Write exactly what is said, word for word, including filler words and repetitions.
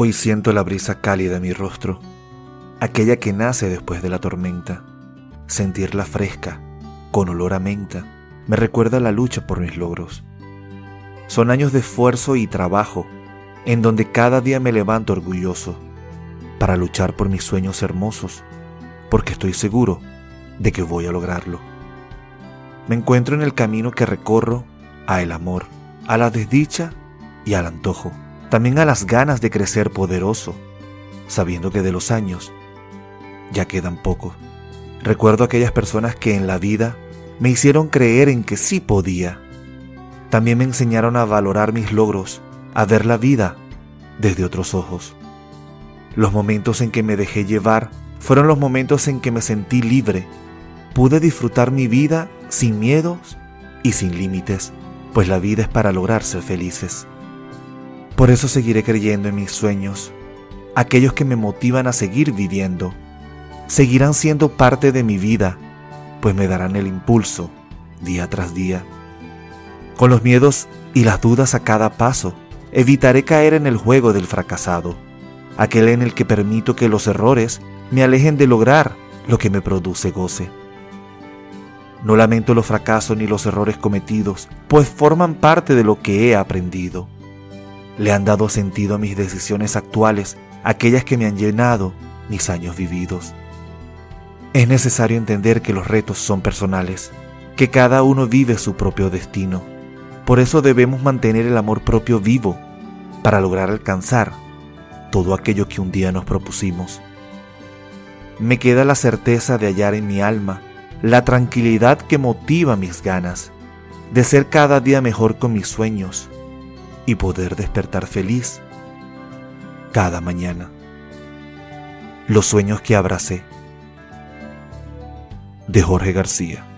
Hoy siento la brisa cálida en mi rostro, aquella que nace después de la tormenta. Sentirla fresca, con olor a menta, me recuerda la lucha por mis logros. Son años de esfuerzo y trabajo, en donde cada día me levanto orgulloso, para luchar por mis sueños hermosos, porque estoy seguro de que voy a lograrlo. Me encuentro en el camino que recorro a el amor, a la desdicha y al antojo, también a las ganas de crecer poderoso, sabiendo que de los años ya quedan pocos. Recuerdo aquellas personas que en la vida me hicieron creer en que sí podía. También me enseñaron a valorar mis logros, a ver la vida desde otros ojos. Los momentos en que me dejé llevar fueron los momentos en que me sentí libre. Pude disfrutar mi vida sin miedos y sin límites, pues la vida es para lograr ser felices. Por eso seguiré creyendo en mis sueños, aquellos que me motivan a seguir viviendo. Seguirán siendo parte de mi vida, pues me darán el impulso día tras día. Con los miedos y las dudas a cada paso, evitaré caer en el juego del fracasado, aquel en el que permito que los errores me alejen de lograr lo que me produce goce. No lamento los fracasos ni los errores cometidos, pues forman parte de lo que he aprendido. Le han dado sentido a mis decisiones actuales, aquellas que me han llenado mis años vividos. Es necesario entender que los retos son personales, que cada uno vive su propio destino. Por eso debemos mantener el amor propio vivo para lograr alcanzar todo aquello que un día nos propusimos. Me queda la certeza de hallar en mi alma la tranquilidad que motiva mis ganas, de ser cada día mejor con mis sueños y poder despertar feliz cada mañana. Los sueños que abracé, de Jorge García.